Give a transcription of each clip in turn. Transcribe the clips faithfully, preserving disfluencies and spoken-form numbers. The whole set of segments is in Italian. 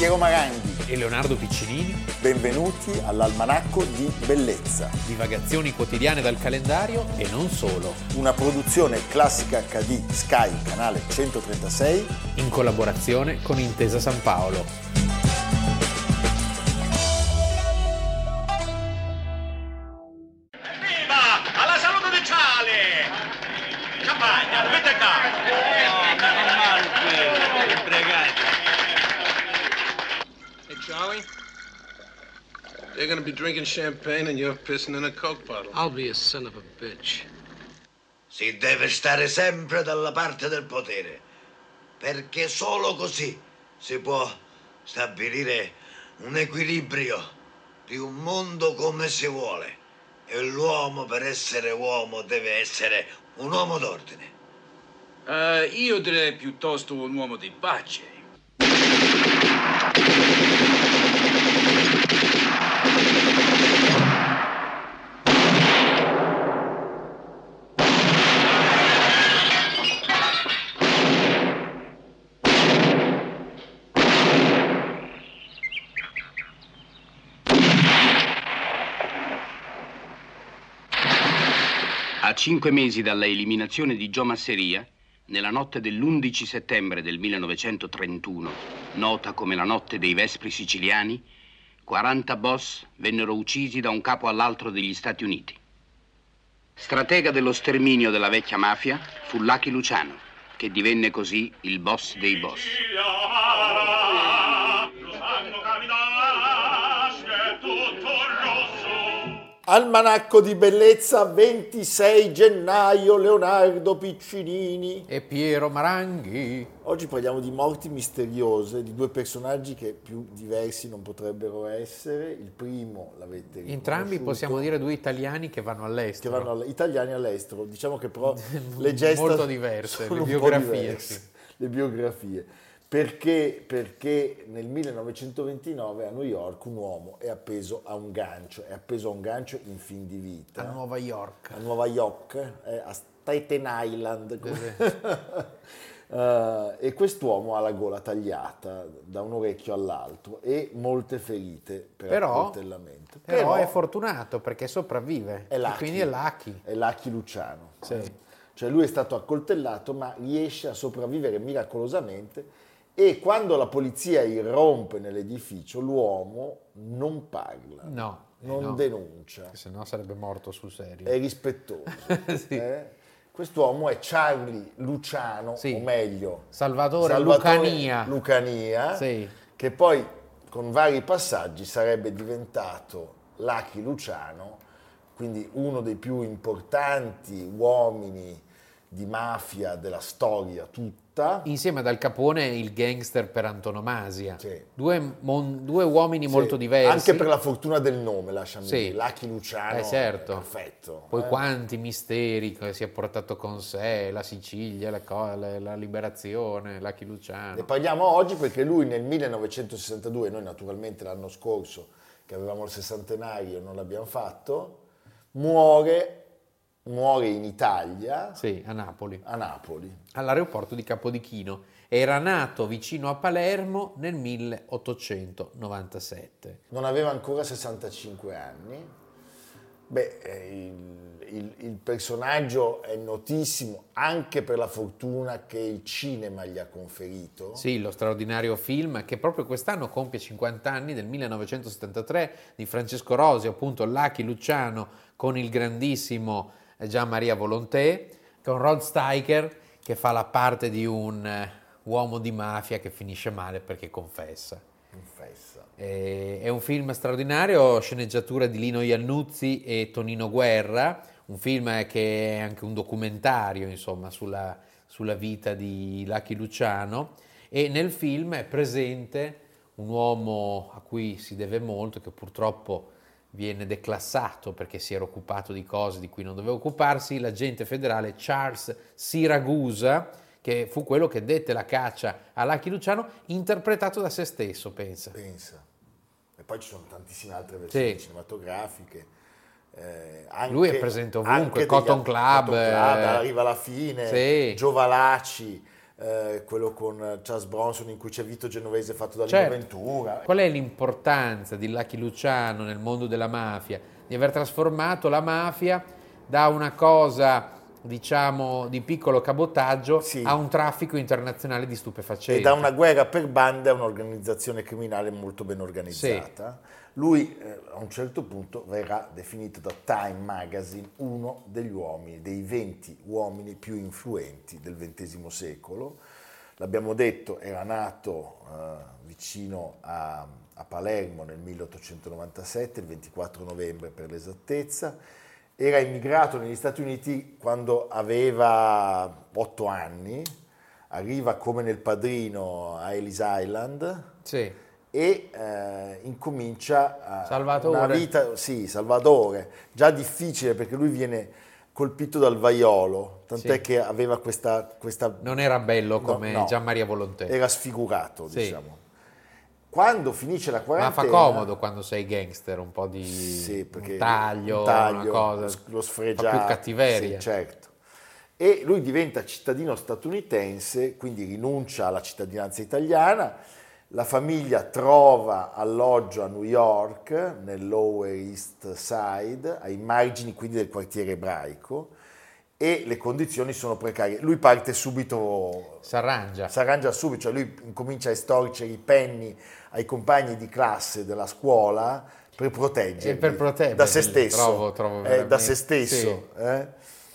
Piero Maranghi e Leonardo Piccinini. Benvenuti all'Almanacco di Bellezza. Divagazioni quotidiane dal calendario e non solo. Una produzione Classica acca di Sky, canale centotrentasei. In collaborazione con Intesa San Paolo. Viva! Alla salute di Ciale! Champagne, vete qua! No, non male, pregate. Hey, Charlie. They're gonna be drinking champagne and you're pissing in a Coke bottle. I'll be a son of a bitch. Si deve stare sempre dalla parte del potere, perché solo così si può stabilire un equilibrio di un mondo come si vuole. E l'uomo, per essere uomo, deve essere un uomo d'ordine. Uh, io direi piuttosto un uomo di pace. A cinque mesi dalla eliminazione di Joe Masseria, nella notte dell'undici settembre del millenovecentotrentuno, nota come la notte dei Vespri siciliani, quaranta boss vennero uccisi da un capo all'altro degli Stati Uniti. Stratega dello sterminio della vecchia mafia fu Lucky Luciano, che divenne così il boss dei boss. Almanacco di Bellezza, ventisei gennaio, Leonardo Piccinini e Piero Maranghi. Oggi parliamo di morti misteriose, di due personaggi che più diversi non potrebbero essere. Il primo l'avete riconosciuto. Entrambi possiamo dire due italiani che vanno all'estero. Che vanno all- italiani all'estero, diciamo che però le gesta molto diverse, sono le un biografie. po' diverse, Sì. Le biografie. Perché? Perché nel millenovecentoventinove a New York un uomo è appeso a un gancio, è appeso a un gancio in fin di vita. A Nuova York. A Nuova York, eh, a Staten Island. uh, e quest'uomo ha la gola tagliata da un orecchio all'altro e molte ferite per però, accoltellamento. Però, però è fortunato perché sopravvive. È Lucky, e quindi è Lucky. È Lucky Luciano. Sì. Cioè lui è stato accoltellato ma riesce a sopravvivere miracolosamente. E quando la polizia irrompe nell'edificio, l'uomo non parla, no, non no, denuncia. Se no sarebbe morto sul serio. È rispettoso. Sì. eh? Quest'uomo è Charlie Luciano, sì. o meglio, Salvatore, Salvatore Lucania, Lucania, sì. che poi con vari passaggi sarebbe diventato Lucky Luciano, quindi uno dei più importanti uomini di mafia della storia tutta. Insieme ad Al Capone il gangster per antonomasia. Sì. Due, mon, due uomini sì. molto diversi. Anche per la fortuna del nome, lasciami sì. dire. Lucky Luciano, eh, certo. perfetto. Poi eh. quanti misteri che si è portato con sé, la Sicilia, la, la, la liberazione, Lucky Luciano. Ne parliamo oggi perché lui nel millenovecentosessantadue, noi naturalmente l'anno scorso, che avevamo il sessantenario, non l'abbiamo fatto, muore... Muore in Italia, sì, a Napoli. a Napoli, all'aeroporto di Capodichino. Era nato vicino a Palermo nel milleottocentonovantasette. Non aveva ancora sessantacinque anni. Beh, il, il, il personaggio è notissimo anche per la fortuna che il cinema gli ha conferito. Sì, lo straordinario film che proprio quest'anno compie cinquanta anni, del millenovecentosettantatré, di Francesco Rosi, appunto Lucky Luciano, con il grandissimo Gian Maria Volonté, con Rod Steiger che fa la parte di un uh, uomo di mafia che finisce male perché confessa. Confessa. E, è un film straordinario, sceneggiatura di Lino Iannuzzi e Tonino Guerra, un film che è anche un documentario, insomma, sulla, sulla vita di Lucky Luciano, e nel film è presente un uomo a cui si deve molto, che purtroppo viene declassato perché si era occupato di cose di cui non doveva occuparsi, l'agente federale Charles Siragusa, che fu quello che dette la caccia a Lucky Luciano, interpretato da se stesso, pensa. Pensa. E poi ci sono tantissime altre versioni sì. cinematografiche. Eh, anche, Lui è presente ovunque, anche Cotton degli, Club, Cotton Club, eh, arriva alla fine, sì. Giovalaci, eh, quello con Charles Bronson in cui c'è Vito Genovese fatto da Lino Certo. Ventura. Qual è l'importanza di Lucky Luciano nel mondo della mafia? Di aver trasformato la mafia da una cosa, diciamo, di piccolo cabotaggio Sì. a un traffico internazionale di stupefacenti. E da una guerra per bande a un'organizzazione criminale molto ben organizzata. Lui eh, a un certo punto verrà definito da Time Magazine uno degli uomini, dei venti uomini più influenti del ventesimo secolo. L'abbiamo detto, era nato eh, vicino a, a Palermo nel milleottocentonovantasette, il ventiquattro novembre per l'esattezza. Era immigrato negli Stati Uniti quando aveva otto anni, arriva come nel Padrino a Ellis Island. Sì. E eh, incomincia a Salvatore. una vita, sì, Salvatore, già difficile perché lui viene colpito dal vaiolo, tant'è Sì. che aveva questa, questa... Non era bello No, come no. Gian Maria Volontè. Era sfigurato, Sì. diciamo. Quando finisce la Ma quarantena... fa comodo quando sei gangster, un po' di Sì, perché un taglio, un taglio, una cosa, lo- lo fa sfregiato, più cattiveria. sì, certo. E lui diventa cittadino statunitense, quindi rinuncia alla cittadinanza italiana. La famiglia trova alloggio a New York, nel Lower East Side, ai margini quindi del quartiere ebraico, e le condizioni sono precarie. Lui parte subito, Si arrangia. si arrangia subito, cioè lui incomincia a estorcere i penny ai compagni di classe della scuola per proteggerli E per proteggerli, da se stesso, trovo- trovo eh, veramente- da se stesso. sì. eh.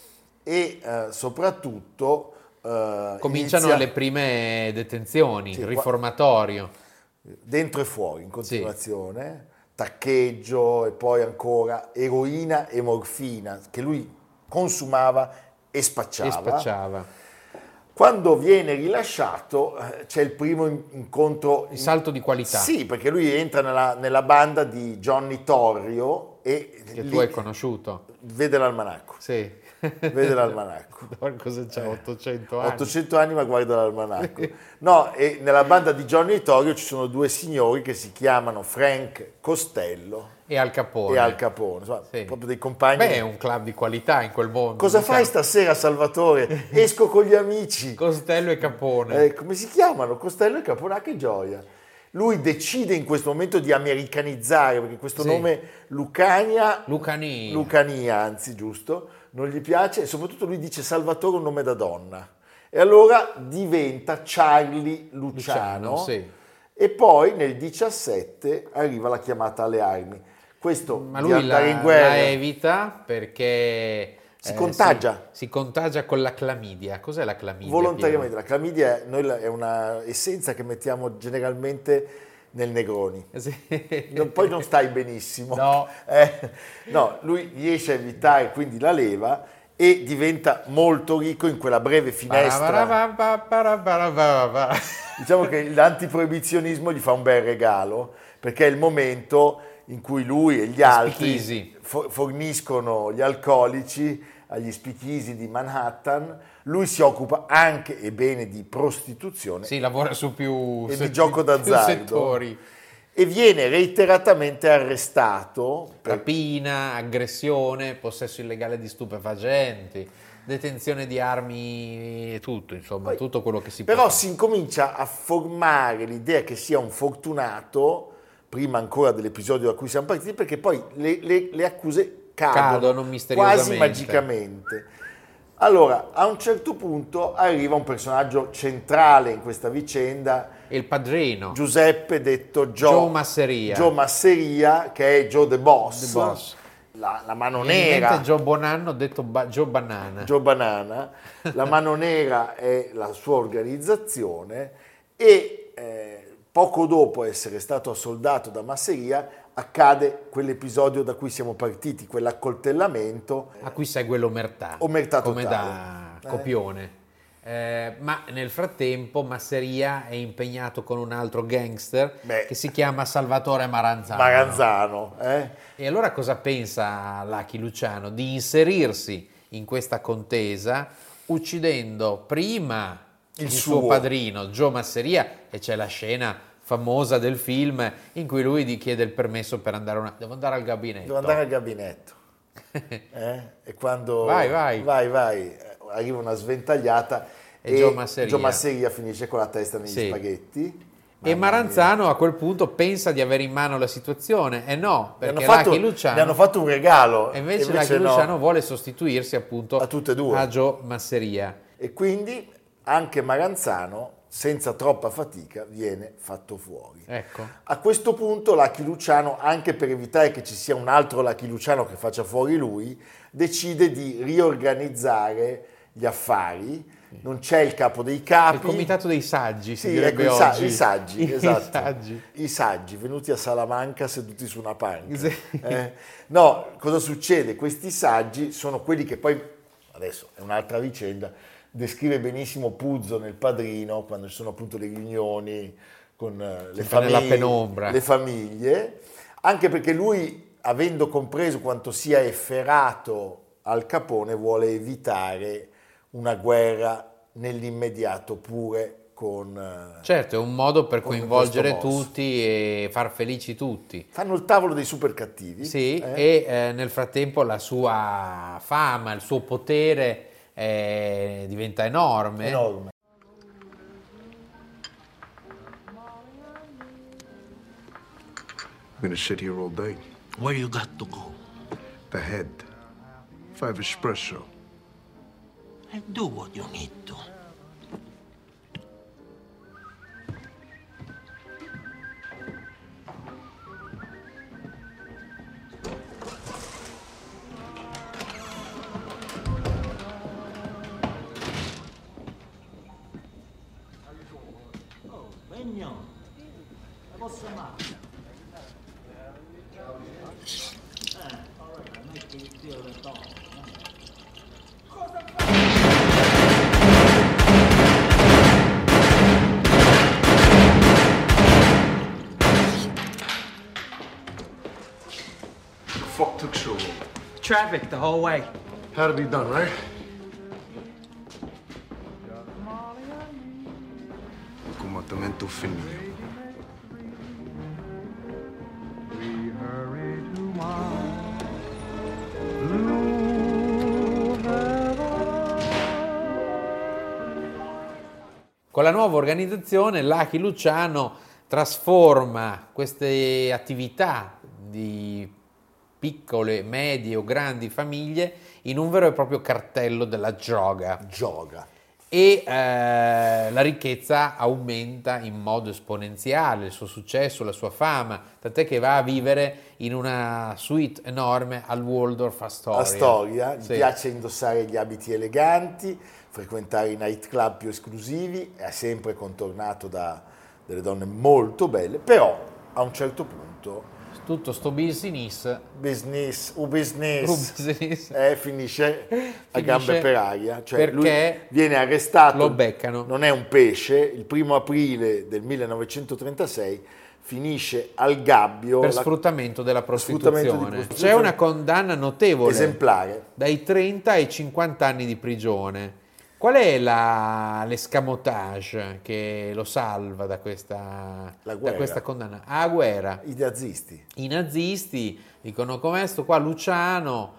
E eh, soprattutto eh, Cominciano inizia- le prime detenzioni, Sì, il qua- riformatorio. dentro e fuori in continuazione, taccheggio e poi ancora eroina e morfina che lui consumava e spacciava. E spacciava. Quando viene rilasciato eh, c'è il primo in- incontro. Il salto di qualità Sì, perché lui entra nella, nella banda di Johnny Torrio e che lì tu hai conosciuto. vede l'almanacco. Sì. Vede l'almanacco. Cosa c'ha? ottocento anni? ottocento anni ma guarda l'almanacco. No, e nella banda di Johnny Torrio ci sono due signori che si chiamano Frank Costello E Al Capone. e Al Capone, insomma, Sì. proprio dei compagni. Beh, è un club di qualità in quel mondo. Cosa diciamo. fai stasera, Salvatore? Esco con gli amici. Costello e Capone. Eh, come si chiamano? Costello e Capone, ah, che gioia. Lui decide in questo momento di americanizzare, perché questo Sì. nome Lucania, Lucania. Lucania, anzi, giusto, non gli piace, e soprattutto lui dice Salvatore è un nome da donna. E allora diventa Charlie Luciano, Luciano, sì. e poi nel diciassette arriva la chiamata alle armi. Questo Ma di lui andare la, in guerra la evita perché Si contagia. Si, si contagia con la clamidia. Cos'è la clamidia? volontariamente. La clamidia noi la- è una essenza che mettiamo generalmente nel Negroni. Piero? Sì. Non- poi non stai benissimo. No. Eh, no, lui riesce a evitare quindi la leva e diventa molto ricco in quella breve finestra. Ba-ra-ba-ra-ba-ba-ra-ba-ra-ba. Diciamo che l'antiproibizionismo gli fa un bel regalo, perché è il momento in cui lui e gli altri spichisi. fo- forniscono gli alcolici agli spichisi di Manhattan. Lui si occupa anche e bene di prostituzione Sì, lavora su più, e se- di gioco più d'azzardo settori. e viene reiteratamente arrestato per- Rapina, aggressione, possesso illegale di stupefacenti, detenzione di armi e tutto, insomma, Poi- tutto quello che si può però fare. si incomincia a formare l'idea che sia un fortunato prima ancora dell'episodio da cui siamo partiti, perché poi le, le- le accuse cadono, Cadono misteriosamente. quasi magicamente. Allora, a un certo punto arriva un personaggio centrale in questa vicenda, Il padrino, Giuseppe detto Joe, Joe Masseria. Joe Masseria, che è Joe the Boss, The Boss. La, la mano Mi viene in nera. mente Joe Bonanno, detto ba- Joe Banana. Joe Banana, la mano nera è la sua organizzazione e eh, poco dopo essere stato assoldato da Masseria accade quell'episodio da cui siamo partiti, quell'accoltellamento. A cui segue l'omertà, Omertà come totale. da Eh. copione. Eh, ma nel frattempo Masseria è impegnato con un altro gangster Beh. che si chiama Salvatore Maranzano. Maranzano, eh? E allora cosa pensa Lucky Luciano? Di inserirsi in questa contesa uccidendo prima il, Il suo. suo. padrino Joe Masseria, e c'è la scena famosa del film in cui lui gli chiede il permesso per andare una... devo andare al gabinetto. Devo andare al gabinetto. Eh? E quando Vai, vai. vai, vai, eh, arriva una sventagliata e Joe Masseria. Joe Masseria finisce con la testa negli sì. spaghetti. E Maranzano a quel punto pensa di avere in mano la situazione, e eh no, perché fatto, Lucky Luciano gli hanno fatto un regalo. E invece, invece Lucky no. Luciano vuole sostituirsi appunto a tutte e due, a Joe Masseria. E quindi anche Maranzano, senza troppa fatica, viene fatto fuori. Ecco. A questo punto Lucky Luciano, anche per evitare che ci sia un altro Lucky Luciano che faccia fuori lui, decide di riorganizzare gli affari. Non c'è il capo dei capi. Il comitato dei saggi, si sì, direbbe ecco, oggi. I saggi, I esatto. saggi. I saggi, venuti a Salamanca seduti su una panca. Sì. Eh? No, cosa succede? Questi saggi sono quelli che poi, adesso è un'altra vicenda, descrive benissimo Puzo nel Padrino, quando ci sono appunto le riunioni con le famiglie, penombra. le famiglie, anche perché lui, avendo compreso quanto sia efferato Al Capone, vuole evitare una guerra nell'immediato pure con... Certo, è un modo per coinvolgere tutti e far felici tutti. Fanno il tavolo dei super cattivi. Sì, eh? e eh, nel frattempo la sua fama, il suo potere eh, diventa enorme. Enorme. I'm gonna sit here all day. Where you got to go? The head. Five espresso. And do what you need to. Fuck took so long. Traffic the whole way. Had to be done, right? Combattimento finito. Con la nuova organizzazione Lucky Luciano trasforma queste attività di piccole, medie o grandi famiglie in un vero e proprio cartello della gioga. Gioga. E eh, la ricchezza aumenta in modo esponenziale, il suo successo, la sua fama, tant'è che va a vivere in una suite enorme al Waldorf Astoria. Astoria, gli sì. piace indossare gli abiti eleganti, frequentare i nightclub più esclusivi, è sempre contornato da delle donne molto belle, però a un certo punto tutto sto business business, u business, business. Eh, finisce a gambe per aria, cioè perché lui viene arrestato, lo beccano. Non è un pesce, il primo aprile del millenovecentotrentasei finisce al gabbio per la... sfruttamento della prostituzione. sfruttamento di prostituzione. C'è una condanna notevole, esemplare, dai trenta ai cinquanta anni di prigione. Qual è la, l'escamotage che lo salva da questa, La da guerra. questa condanna? Ah, guerra. I nazisti. I nazisti dicono com'è sto qua Luciano.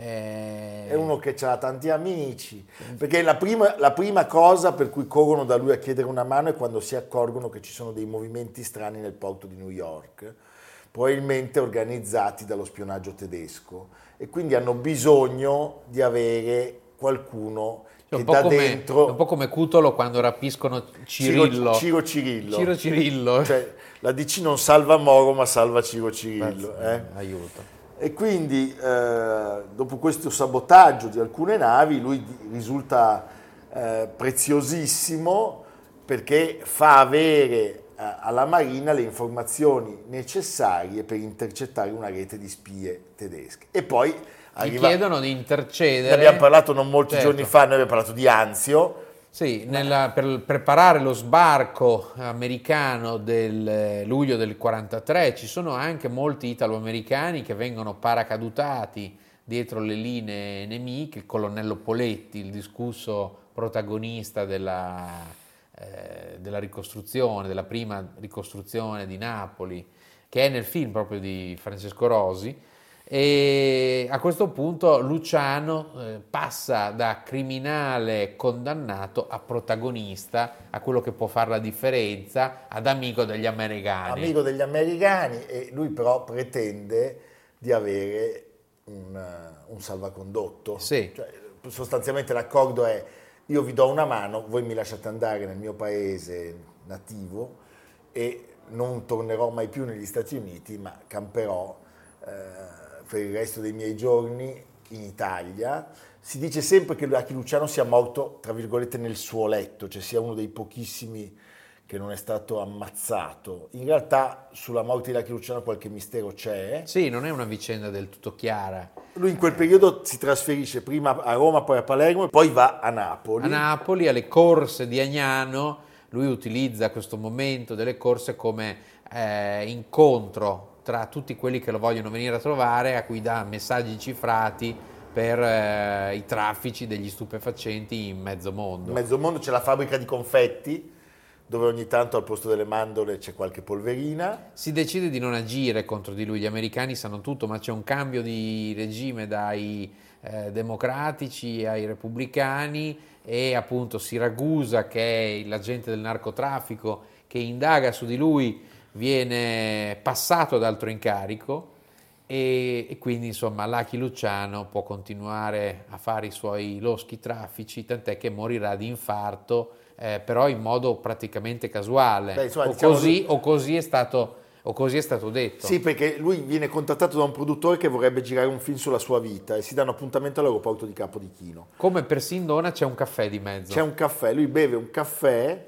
Eh... È uno che ha tanti amici, perché la prima, la prima cosa per cui corrono da lui a chiedere una mano è quando si accorgono che ci sono dei movimenti strani nel porto di New York, probabilmente organizzati dallo spionaggio tedesco, e quindi hanno bisogno di avere qualcuno Cioè, che un po' da come, dentro... un po' come Cutolo quando rapiscono Cirillo. Ciro, Ciro Cirillo. Ciro Cirillo. Cioè, la D C non salva Moro, ma salva Ciro Cirillo. Eh? Aiuto. E quindi, eh, dopo questo sabotaggio di alcune navi, lui risulta eh, preziosissimo perché fa avere eh, alla Marina le informazioni necessarie per intercettare una rete di spie tedesche. E poi Gli arriva, chiedono di intercedere. ne abbiamo parlato non molti Certo. giorni fa, noi abbiamo parlato di Anzio. Sì, nella- per preparare lo sbarco americano del luglio del quarantatré ci sono anche molti italo-americani che vengono paracadutati dietro le linee nemiche, il colonnello Poletti, il discusso protagonista della, eh, della ricostruzione, della prima ricostruzione di Napoli, che è nel film proprio di Francesco Rosi. E a questo punto Luciano eh, passa da criminale condannato a protagonista, a quello che può fare la differenza, ad amico degli americani. Amico degli americani, e lui però pretende di avere un, un salvacondotto. Sì. Cioè, sostanzialmente l'accordo è: io vi do una mano, voi mi lasciate andare nel mio paese nativo e non tornerò mai più negli Stati Uniti, ma camperò eh, per il resto dei miei giorni in Italia. Si dice sempre che Lucky Luciano sia morto, tra virgolette, nel suo letto, cioè sia uno dei pochissimi che non è stato ammazzato. In realtà sulla morte di Lucky Luciano qualche mistero c'è. Sì, non è una vicenda del tutto chiara. Lui in quel periodo si trasferisce prima a Roma, poi a Palermo, e poi va a Napoli. A Napoli, alle corse di Agnano. Lui utilizza questo momento delle corse come eh, incontro tra tutti quelli che lo vogliono venire a trovare, a cui dà messaggi cifrati per eh, i traffici degli stupefacenti in mezzo mondo. In mezzo mondo c'è la fabbrica di confetti, dove ogni tanto al posto delle mandorle c'è qualche polverina. Si decide di non agire contro di lui, gli americani sanno tutto, ma c'è un cambio di regime dai eh, democratici ai repubblicani, e appunto Siragusa, che è l'agente del narcotraffico che indaga su di lui, viene passato ad altro incarico, e, e quindi insomma Lucky Luciano può continuare a fare i suoi loschi traffici, tant'è che morirà di infarto, eh, però in modo praticamente casuale. Beh, insomma, o, diciamo così, lui... o, così è stato, o così è stato detto. Sì, perché lui viene contattato da un produttore che vorrebbe girare un film sulla sua vita e si danno appuntamento all'aeroporto di Capodichino. Come per Sindona c'è un caffè di mezzo. C'è un caffè, lui beve un caffè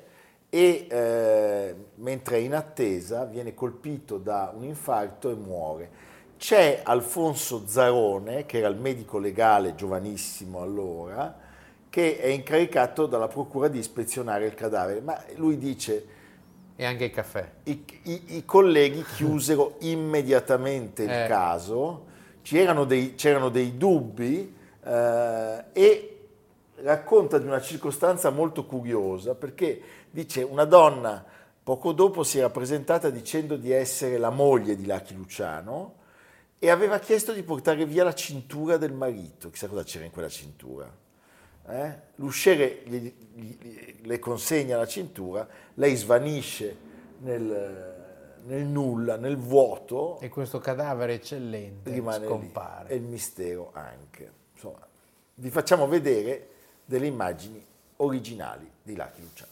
e eh, mentre è in attesa viene colpito da un infarto e muore. C'è Alfonso Zarone, che era il medico legale giovanissimo allora, che è incaricato dalla procura di ispezionare il cadavere, ma lui dice... E anche il caffè. I, i, i colleghi chiusero immediatamente il eh. caso, c'erano dei, c'erano dei dubbi eh, e racconta di una circostanza molto curiosa, perché dice una donna poco dopo si era presentata dicendo di essere la moglie di Lucky Luciano e aveva chiesto di portare via la cintura del marito. Chissà cosa c'era in quella cintura. Eh? L'usciere gli, gli, le consegna la cintura, lei svanisce nel, nel nulla, nel vuoto, e questo cadavere eccellente rimane scompare. Lì. E il mistero anche. Insomma, vi facciamo vedere delle immagini originali di Lucky Luciano.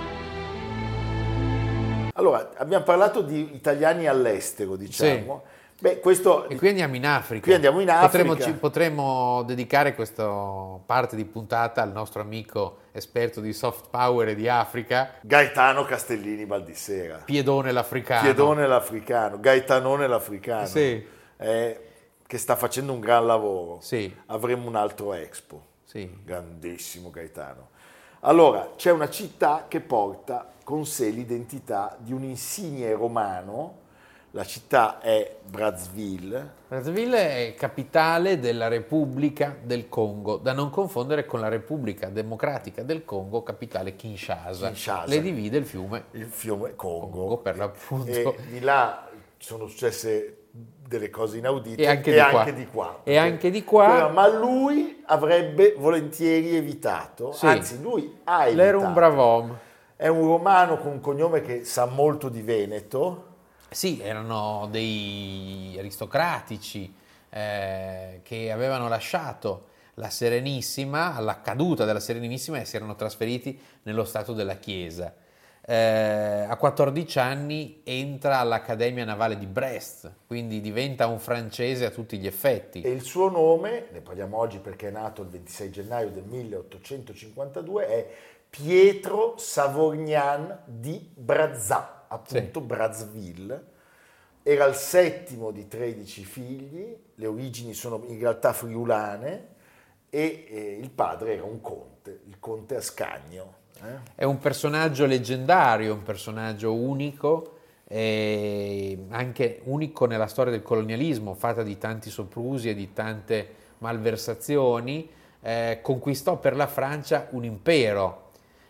Allora, abbiamo parlato di italiani all'estero, diciamo, sì. Beh, questo, E qui andiamo in Africa. Qui andiamo in Africa. Potremmo, ci- potremmo dedicare questa parte di puntata al nostro amico esperto di soft power e di Africa, Gaetano Castellini Baldissera. Piedone l'Africano. Piedone l'Africano, Gaetanone l'Africano. Sì. eh, che sta facendo un gran lavoro. Sì. Avremo un altro Expo. Sì. Grandissimo Gaetano. Allora, c'è una città che porta con sé l'identità di un insigne romano. La città è Brazzaville. Brazzaville è capitale della Repubblica del Congo, da non confondere con la Repubblica Democratica del Congo, capitale Kinshasa. Kinshasa. Le divide il fiume Il fiume Congo. Congo, per l'appunto. E di là sono successe delle cose inaudite E anche di qua. di qua. E anche di qua. Però, ma lui avrebbe volentieri evitato, Sì. anzi lui ha evitato. Lei era un bravom. È un romano con un cognome che sa molto di Veneto. Sì, erano dei aristocratici eh, che avevano lasciato la Serenissima alla caduta della Serenissima e si erano trasferiti nello stato della Chiesa. Eh, a quattordici anni entra all'Accademia Navale di Brest, quindi diventa un francese a tutti gli effetti. E il suo nome, ne parliamo oggi perché è nato il ventisei gennaio del milleottocentocinquantadue, è Pietro Savorgnan di Brazza, appunto Sì. Brazzaville. Era il settimo di tredici figli, le origini sono in realtà friulane e eh, il padre era un conte, il conte Ascanio. Eh? È un personaggio leggendario, un personaggio unico, eh, anche unico nella storia del colonialismo, fatta di tanti soprusi e di tante malversazioni. Eh, conquistò per la Francia un impero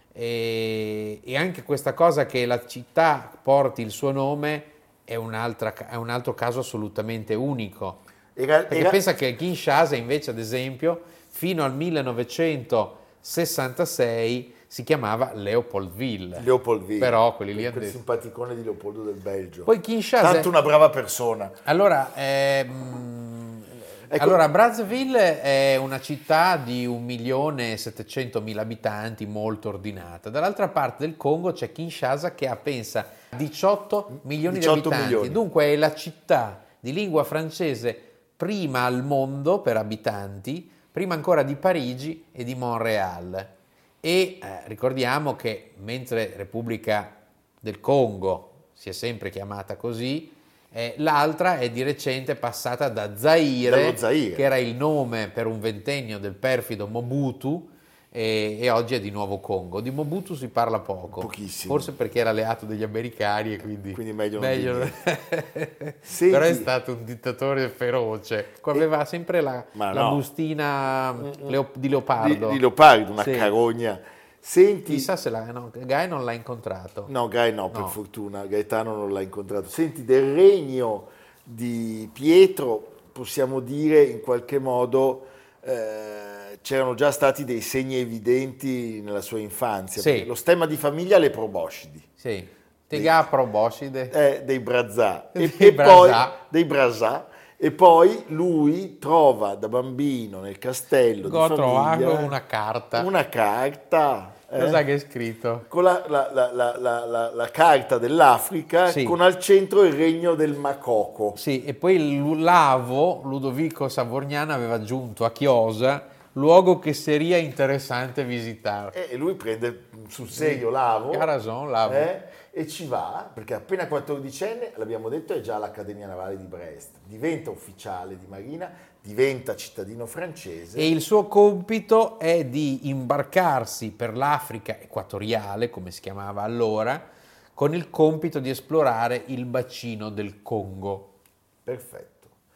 e, e anche questa cosa che la città porti il suo nome è, un'altra, è un altro caso assolutamente unico. Era, Perché era- pensa che Kinshasa invece, ad esempio, fino al millenovecentosessantasei si chiamava Leopoldville. Leopoldville, Però quelli lì hanno quel detto- simpaticone di Leopoldo del Belgio. Poi Kinshasa... Tanto una brava persona. Allora, ehm, Ecco- allora, Brazzaville è una città di un milione e settecentomila abitanti, molto ordinata. Dall'altra parte del Congo c'è Kinshasa che ha, pensa, diciotto milioni diciotto di abitanti. milioni. Dunque è la città di lingua francese prima al mondo per abitanti, prima ancora di Parigi e di Montréal. E eh, ricordiamo che mentre Repubblica del Congo si è sempre chiamata così, eh, l'altra è di recente passata da Zaire, Dallo Zaire. che era il nome per un ventennio del perfido Mobutu, e, e oggi è di nuovo Congo. Di Mobutu si parla poco, Pochissimo. forse perché era alleato degli americani e quindi, Quindi meglio non dire. Però è Senti- stato un dittatore feroce. Aveva sempre la, Ma la no. bustina leo- di Di, leopardo. di Leopardo, una Sì. carogna. Senti, Chissà se la, no, Guy non l'ha incontrato. no, Gai no, per No. fortuna, Gaetano non l'ha incontrato. Senti, del regno di Pietro possiamo dire in qualche modo eh, c'erano già stati dei segni evidenti nella sua infanzia. Sì. perché Lo stemma di famiglia le Proboscidi, Sì. Tega Proboscide. eh, dei Brazzà, e, Dei e poi Brazzà. dei Brazzà. E poi lui trova da bambino nel castello Ho di trovato famiglia una carta. una carta eh, Cosa che è scritto? con la, la- la- la- la- la- la carta dell'Africa Sì. con al centro il regno del Macoco. Sì, e poi il Lavo, Ludovico Savorgnan, aveva aggiunto a Chiosa, luogo che seria interessante visitare. E lui prende sul serio Lavo, Ha ragione, Lavo. eh, e ci va, perché appena quattordicenne, l'abbiamo detto, è già all'Accademia Navale di Brest. Diventa ufficiale di marina, diventa cittadino francese. E il suo compito è di imbarcarsi per l'Africa equatoriale, come si chiamava allora, con il compito di esplorare il bacino del Congo. Perfetto.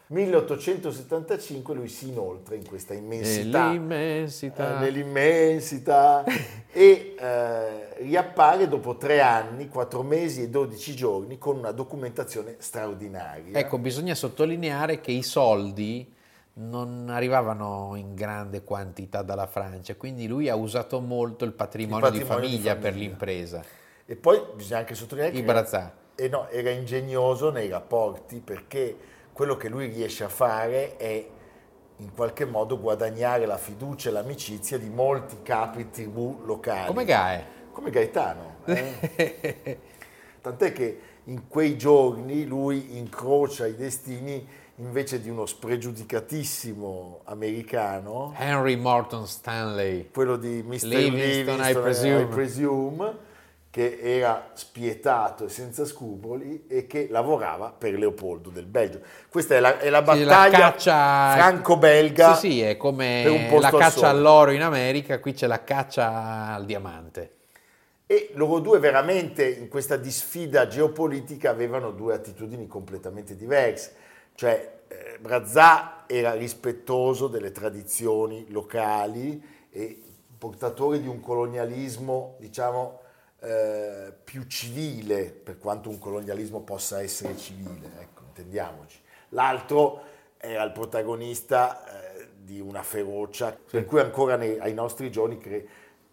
milleottocentosettantacinque lui si inoltra in questa immensità. Nell'immensità. Eh, nell'immensità e eh, riappare dopo tre anni, quattro mesi e dodici giorni con una documentazione straordinaria. Ecco, bisogna sottolineare che i soldi non arrivavano in grande quantità dalla Francia, quindi lui ha usato molto il patrimonio, Il patrimonio di, di famiglia per famiglia. l'impresa. E poi bisogna anche sottolineare I che Brazzà. eh no, era ingegnoso nei rapporti, perché quello che lui riesce a fare è in qualche modo guadagnare la fiducia e l'amicizia di molti capi tribù locali. Come Gae. Come Gaetano. eh. tant'è che in quei giorni lui incrocia i destini invece di uno spregiudicatissimo americano, Henry Morton Stanley, quello di mister Livingston, Livingston, I presume. I presume, che era spietato e senza scrupoli e che lavorava per Leopoldo del Belgio. Questa è la, è la Sì, la battaglia caccia franco-belga. Sì, sì, è per un come posto la al caccia sole. all'oro in America, qui c'è la caccia al diamante. E loro due veramente in questa disfida geopolitica avevano due attitudini completamente diverse. Cioè eh, Brazza era rispettoso delle tradizioni locali e portatore di un colonialismo, diciamo, eh, più civile, per quanto un colonialismo possa essere civile, ecco, intendiamoci. L'altro era il protagonista eh, di una ferocia, sì. per cui ancora nei, ai nostri giorni cre,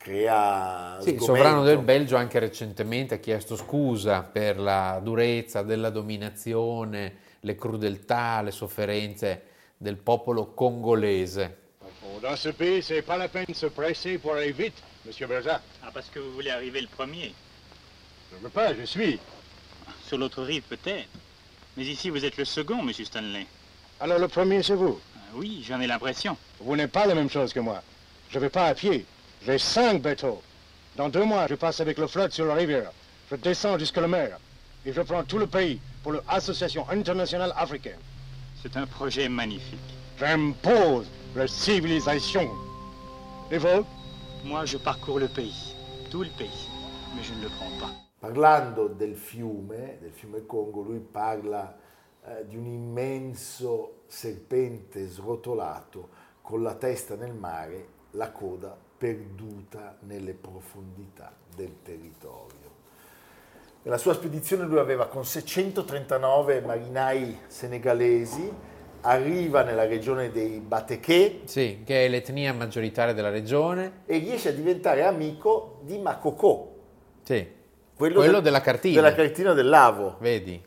crea Sì, il sgomento. sovrano del Belgio anche recentemente ha chiesto scusa per la durezza della dominazione, le crudeltà, le sofferenze del popolo congolese. Dans ce pays, c'est pas la peine de se presser pour aller vite, Monsieur Brazza. Ah, parce que vous voulez arriver le premier. Je ne veux pas, je suis. Sur l'autre rive, peut-être. Mais ici, vous êtes le second, Monsieur Stanley. Alors le premier, c'est vous? Ah, oui, j'en ai l'impression. Vous n'êtes pas la même chose que moi. Je ne vais pas à pied. J'ai cinq bateaux. Dans deux mois, je passe avec le flotte sur la rivière. Je descends jusqu'à la mer. Et je prends tout le pays pour l'Association internationale africaine. C'est un projet magnifique. J'impose la civilisation. Et vous? Moi, je parcours le pays. Tout le pays. Mais je ne le prends pas. Parlando del fiume, del fiume Congo, lui parla eh, di un immenso serpente srotolato con la testa nel mare, la coda perduta nelle profondità del territorio. Nella sua spedizione lui aveva con sé centotrentanove marinai senegalesi, arriva nella regione dei Bateke, sì, che è l'etnia maggioritaria della regione, e riesce a diventare amico di Makoko. Sì, quello, quello del, della cartina. Della cartina del Lavo. Vedi?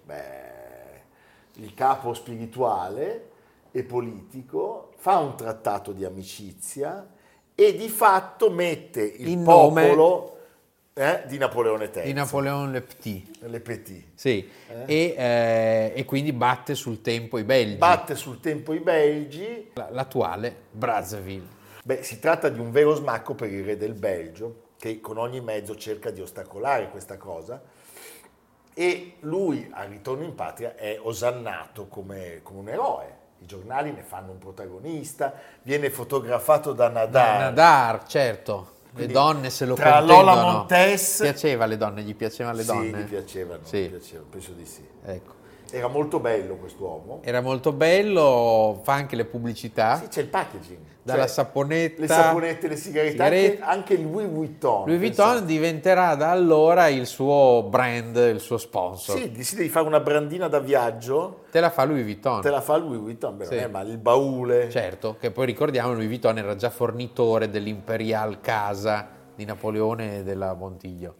Beh, il capo spirituale e politico fa un trattato di amicizia e di fatto mette il In popolo eh, di Napoleone terzo. Di Napoleon Le Petit. Le Petit. Sì, eh? e, eh, e quindi batte sul tempo i belgi. Batte sul tempo i belgi. L'attuale Brazzaville. Beh, si tratta di un vero smacco per il re del Belgio, che con ogni mezzo cerca di ostacolare questa cosa, e lui al ritorno in patria è osannato come, come un eroe. I giornali ne fanno un protagonista, viene fotografato da Nadar. Nadar, certo. Le Quindi, donne se lo tra contendono. Lola Montes, piaceva alle donne, gli piacevano le donne? Sì, gli piacevano, sì. Gli piacevano, penso di sì. Ecco. Era molto bello quest'uomo. Era molto bello, fa anche le pubblicità. Sì, c'è il packaging. Dalla cioè, saponetta. Le saponette, le sigarette, sigarette. Anche, anche il Louis Vuitton. Louis Vuitton pensate. diventerà da allora il suo brand, il suo sponsor. Sì, si devi fare una brandina da viaggio. Te la fa Louis Vuitton. Te la fa Louis Vuitton, beh, sì. non è male, il baule. Certo, che poi ricordiamo Louis Vuitton era già fornitore dell'Imperial Casa di Napoleone e della Montiglio.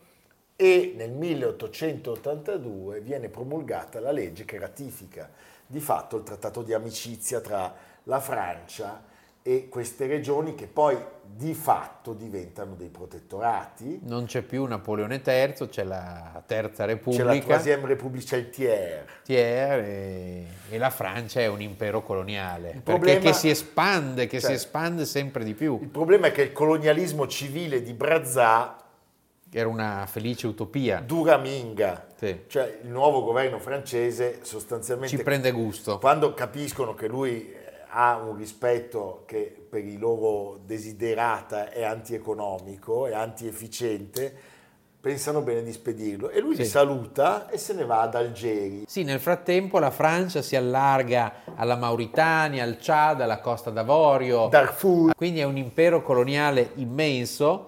E nel milleottocentottantadue viene promulgata la legge che ratifica di fatto il trattato di amicizia tra la Francia e queste regioni che poi di fatto diventano dei protettorati. Non c'è più Napoleone terzo, c'è la Terza Repubblica. C'è la Troisième République, c'è il Thiers. Thiers e, e la Francia è un impero coloniale, Il perché problema, che si espande, che cioè, si espande sempre di più. Il problema è che il colonialismo civile di Brazza era una felice utopia. Dura minga. Sì. Cioè il nuovo governo francese sostanzialmente ci prende gusto. Quando capiscono che lui ha un rispetto che per i loro desiderata è antieconomico, è antiefficiente, pensano bene di spedirlo. E lui sì. li saluta e se ne va ad Algeri. Sì, nel frattempo la Francia si allarga alla Mauritania, al Chad, alla Costa d'Avorio. Darfur. Quindi è un impero coloniale immenso.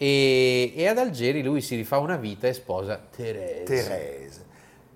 E, e ad Algeri lui si rifà una vita e sposa Thérèse. Thérèse.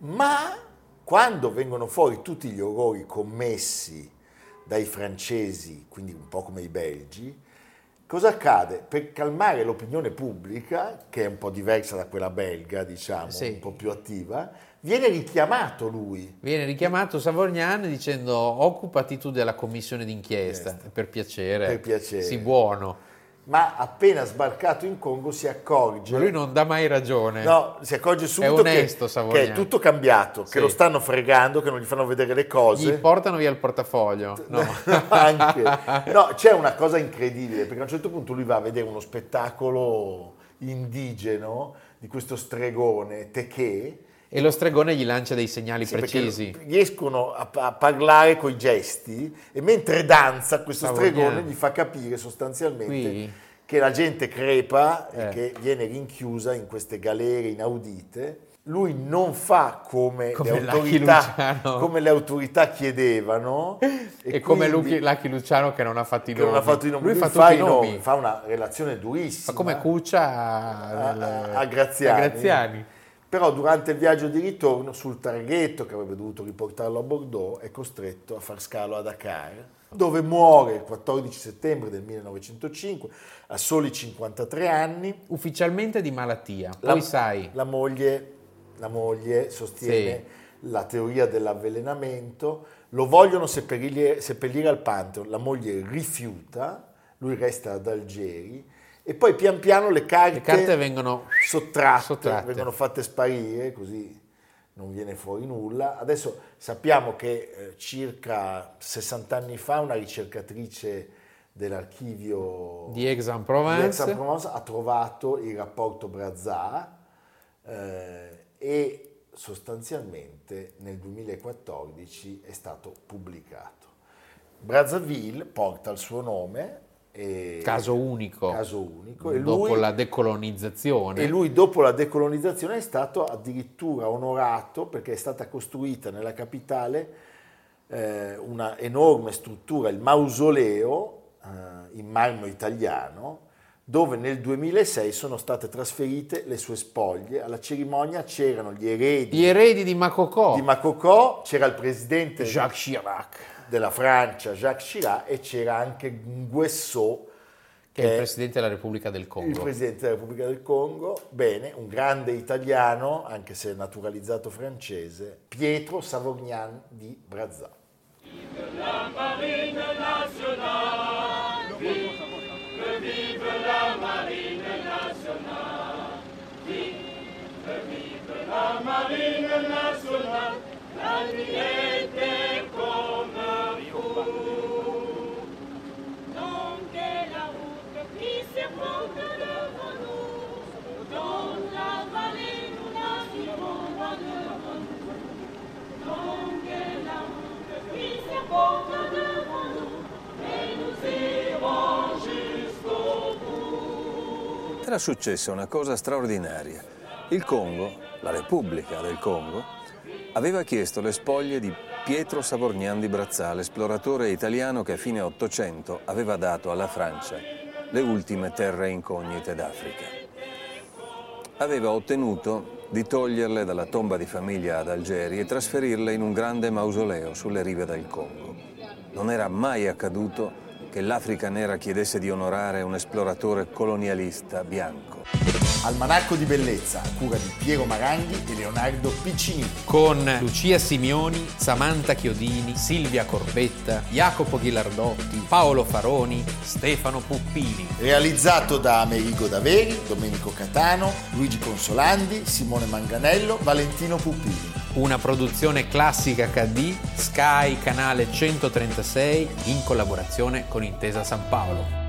Ma quando vengono fuori tutti gli orrori commessi dai francesi, quindi un po' come i belgi, cosa accade? Per calmare l'opinione pubblica, che è un po' diversa da quella belga, diciamo, sì. un po' più attiva, viene richiamato lui. Viene richiamato Savorgnan dicendo occupati tu della commissione d'inchiesta, per piacere, per piacere. sii buono. ma appena sbarcato in Congo si accorge... Ma lui non dà mai ragione. No, si accorge subito è onesto, che, Savognani. che è tutto cambiato, Sì. che lo stanno fregando, che non gli fanno vedere le cose. Gli portano via il portafoglio. No. Anche. No, c'è una cosa incredibile, perché a un certo punto lui va a vedere uno spettacolo indigeno di questo stregone, Teché, E lo stregone gli lancia dei segnali sì, precisi. riescono a, a parlare coi gesti e mentre danza questo Savognani. stregone gli fa capire sostanzialmente Qui? che la gente crepa Eh. e che viene rinchiusa in queste galere inaudite. Lui non fa come, Come le, Lucky autorità, Luciano. come le autorità chiedevano E, e come quindi- Lucky, Lucky Luciano che non ha fatto i che nomi. non ha fatto i nomi. Lui, Lui fa fa tutti i i nomi. fa una relazione durissima. Ma come Cuccia a, nelle- a Graziani. a Graziani. Però durante il viaggio di ritorno sul traghetto che avrebbe dovuto riportarlo a Bordeaux è costretto a far scalo a Dakar, dove muore il quattordici settembre del millenovecentocinque a soli cinquantatré anni. Ufficialmente di malattia. La, Poi sai, la moglie, la moglie sostiene la teoria dell'avvelenamento, lo vogliono seppellire, seppellire al Pantheon, la moglie rifiuta, lui resta ad Algeri e poi pian piano le carte, le carte vengono sottratte, sottratte. vengono fatte sparire, così non viene fuori nulla. Adesso sappiamo che eh, circa sessanta anni fa una ricercatrice dell'archivio di di Aix-en-Provence, Aix-en-Provence ha trovato il rapporto Brazza eh, e sostanzialmente nel duemilaquattordici è stato pubblicato. Brazzaville porta il suo nome. E caso unico, caso unico e dopo lui, la decolonizzazione. e lui dopo la decolonizzazione è stato addirittura onorato perché è stata costruita nella capitale eh, una enorme struttura, il mausoleo eh, in marmo italiano, dove nel duemilasei sono state trasferite le sue spoglie. Alla cerimonia c'erano gli eredi, Gli eredi di Makoko, di Makoko, c'era il presidente Jacques Chirac, della Francia, Jacques Chirac, e c'era anche Nguesso, che è il presidente della Repubblica del Congo. il presidente della Repubblica del Congo, bene, un grande italiano, anche se naturalizzato francese, Pietro Savognani di Brazza. La marine nationale, vive, vive la marine nationale, vive, vive la marine nationale, la niente come fu. Nonché la route qui sermonte devant nous, dans la vallée nous naviguons loin devant nous. Nonché la route qui sermonte devant nous, et nous irons jusqu'au bout. Era successa una cosa straordinaria. Il Congo, la Repubblica del Congo, aveva chiesto le spoglie di Pietro Savognani di Brazza, l'esploratore italiano che a fine Ottocento aveva dato alla Francia le ultime terre incognite d'Africa. Aveva ottenuto di toglierle dalla tomba di famiglia ad Algeri e trasferirle in un grande mausoleo sulle rive del Congo. Non era mai accaduto che l'Africa nera chiedesse di onorare un esploratore colonialista bianco. Almanacco di bellezza, a cura di Piero Maranghi e Leonardo Piccinini. Con Lucia Simioni, Samantha Chiodini, Silvia Corbetta, Jacopo Ghilardotti, Paolo Faroni, Stefano Puppini. Realizzato da Amerigo Daveri, Domenico Catano, Luigi Consolandi, Simone Manganello, Valentino Puppini. Una produzione Classica acca di, Sky, canale centotrentasei, in collaborazione con Intesa San Paolo.